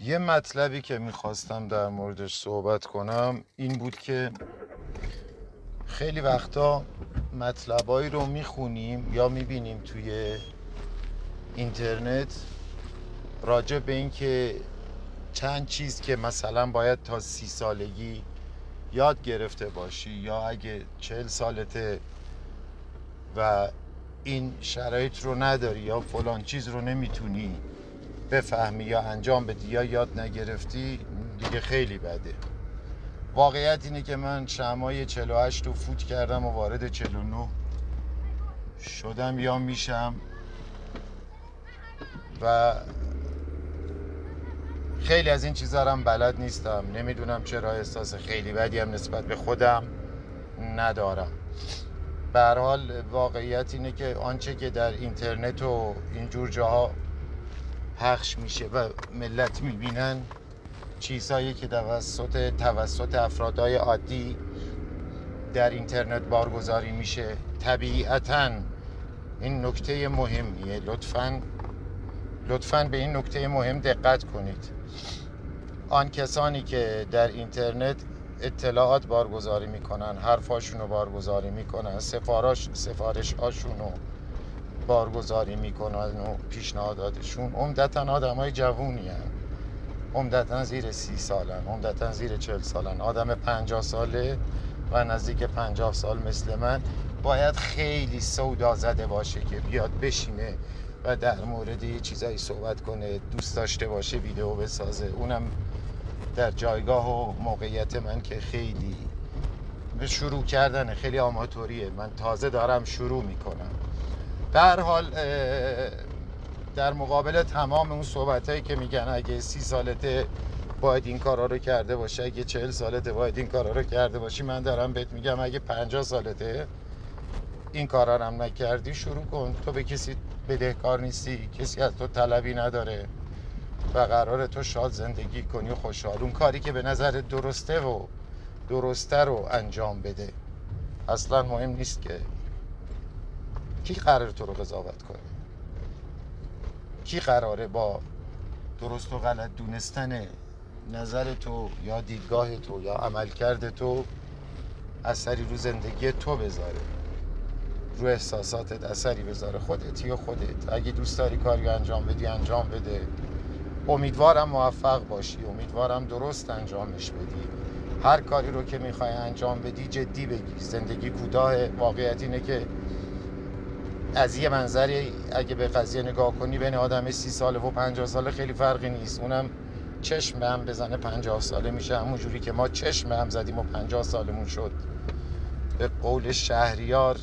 یه مطلبی که میخواستم در موردش صحبت کنم این بود که خیلی وقتا مطلبایی رو میخونیم یا میبینیم توی اینترنت راجع به این که چند چیز که مثلا باید تا 30 سالگی یاد گرفته باشی یا اگه 40 سالته و این شرایط رو نداری یا فلان چیز رو نمیتونی بفهمی یا انجام بدی یا یاد نگرفتی دیگه خیلی بده. واقعیت اینه که من شمای 48 رو فوت کردم و وارد 49 شدم یا میشم و خیلی از این چیزا هم بلد نیستم. نمیدونم چرا احساس خیلی بدی هم نسبت به خودم ندارم. به هر حال واقعیت اینه که آنچه که در اینترنت و اینجور جاها پخش میشه و ملت میبینن چیزهایی که توسط افرادهای عادی در اینترنت بارگذاری میشه. طبیعتاً این نکته مهمیه. لطفاً به این نکته مهم دقت کنید. آن کسانی که در اینترنت اطلاعات بارگذاری میکنن، حرفاشون رو بارگذاری میکنن، سفارش هاشون رو بارگذاری میکنن و پیشنهاداتشون عمدتاً آدمای جوونی هن. عمدتاً زیر 30 سالن، عمدتاً زیر 40 سالن. آدم 50 ساله و نزدیک 50 سال مثل من باید خیلی سودا زده باشه که بیاد بشینه و در مورد یه چیزایی صحبت کنه، دوست داشته باشه ویدیو بسازه، اونم در جایگاه و موقعیت من که خیلی به شروع کردن خیلی آماتوریه. من تازه دارم شروع میکنم. در حال در مقابل تمام اون صحبتایی که میگن اگه 30 سالته باید این کارا رو کرده باشه، اگه 40 سالته باید این کارا رو کرده باشی، من دارم بهت میگم اگه 50 سالته این کارا رو هم نکردی شروع کن. تو به کسی بدهکار نیستی، کسی از تو طلبی نداره و قراره تو شاد زندگی کنی و خوشحال. اون کاری که به نظر درسته رو انجام بده. اصلا مهم نیست که کی قراره تو رو قضاوت کنه، کی قراره با درست و غلط دونستن نظر تو یا دیدگاه تو یا عملکرد تو اثری رو زندگی تو بذاره، رو احساساتت اثری بذاره. خودت یا خودت. اگه دوست داری کاری انجام بدی انجام بده. امیدوارم موفق باشی، امیدوارم درست انجامش بدی. هر کاری رو که میخوای انجام بدی جدی بگیری. زندگی کوتاه. واقعیت اینه که از یه منظری اگه به قضیه نگاه کنی بین آدم 30 ساله و 50 ساله خیلی فرقی نیست. اونم چشم به هم بزنه 50 ساله میشه، همون جوری که ما چشم به هم زدیم و 50 سالمون شد. به قول شهریار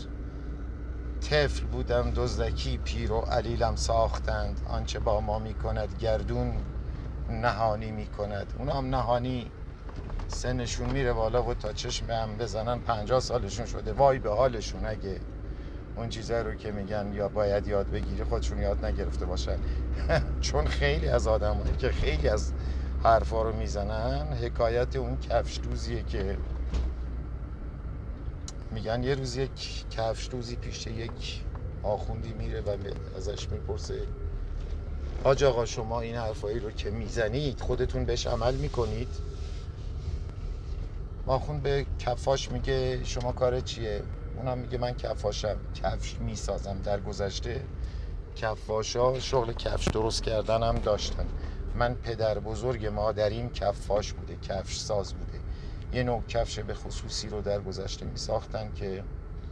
طفل بودم دزدکی پیر و علیلم ساختند، آنچه با ما میکند گردون نهانی میکند. اونا هم نهانی سنشون میره بالا و تا چشم به هم بزنن 50 سالشون شده. وای به حالشون اگه اون چیزایی رو که میگن یا باید یاد بگیری خودشون یاد نگرفته باشن. چون خیلی از آدمایی که خیلی از حرفا رو میزنن حکایت اون کفش دوزیه که میگن یه روز یک کفش دوزی پیش یک آخوندی میره و ازش میپرسه حاج آقا شما این حرفایی رو که میزنید خودتون بهش عمل میکنید؟ آخوند به کفاش میگه شما کار چیه؟ اونم میگه من کفاشم، کفش میسازم. در گذشته کفاشا شغل کفش درست کردن هم داشتن. من پدر بزرگ مادریم کفاش بوده، کفش ساز بوده. یه نوع کفش به خصوصی رو در گذشته میساختن که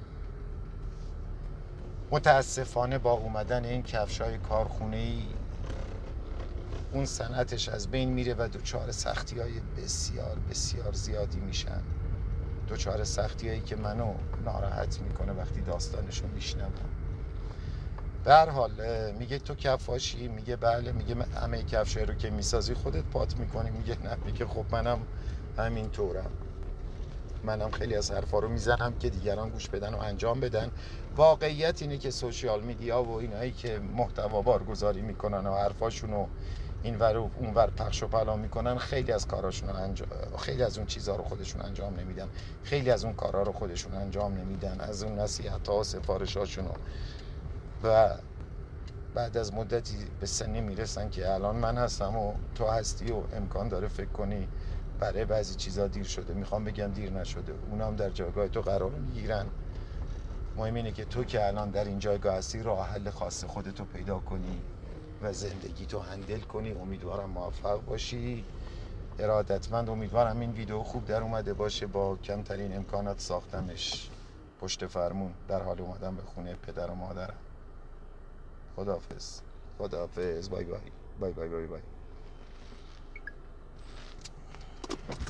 متاسفانه با اومدن این کفشای کارخونه‌ای اون صنعتش از بین میره و دچار سختی‌های بسیار بسیار زیادی میشن. دچار سختی‌هایی که منو ناراحت میکنه وقتی داستانشو میشنوم. به هر حال میگه تو کفاشی؟ میگه بله. میگه همه کفشایی رو که میسازی خودت پات میکنی؟ میگه نه. میگه خب منم همین طورم. منم خیلی از حرفا رو میزنم که دیگران گوش بدن و انجام بدن. واقعیت اینه که سوشیال میدیا و اینایی که محتوا بارگذاری میکنن و حرفاشون رو اینور و اونور پخش و پلا میکنن خیلی از کاراشون خیلی از اون چیزها رو خودشون انجام نمیدن. خیلی از اون کارا رو خودشون انجام نمیدن. از اون نصیحت‌ها و سفارشاشون و بعد از مدتی به سنی میرسن که الان من هستم و تو هستی و امکان داره فکر کنی برای بعضی چیزا دیر شده. میخوام بگم دیر نشده، اونام در جایگاه تو قرار میگیرن. مهم اینه که تو که الان در این جایگاه هستی راه حل خاص خودتو پیدا کنی و زندگی تو هندل کنی. امیدوارم موفق باشی. ارادتمند. امیدوارم این ویدیو خوب در اومده باشه. با کمترین امکانات ساختمش پشت فرمون در حال اومدن به خونه پدر و مادرم. خداحافظ. خداحافظ. بای بای. بای بای بای بای.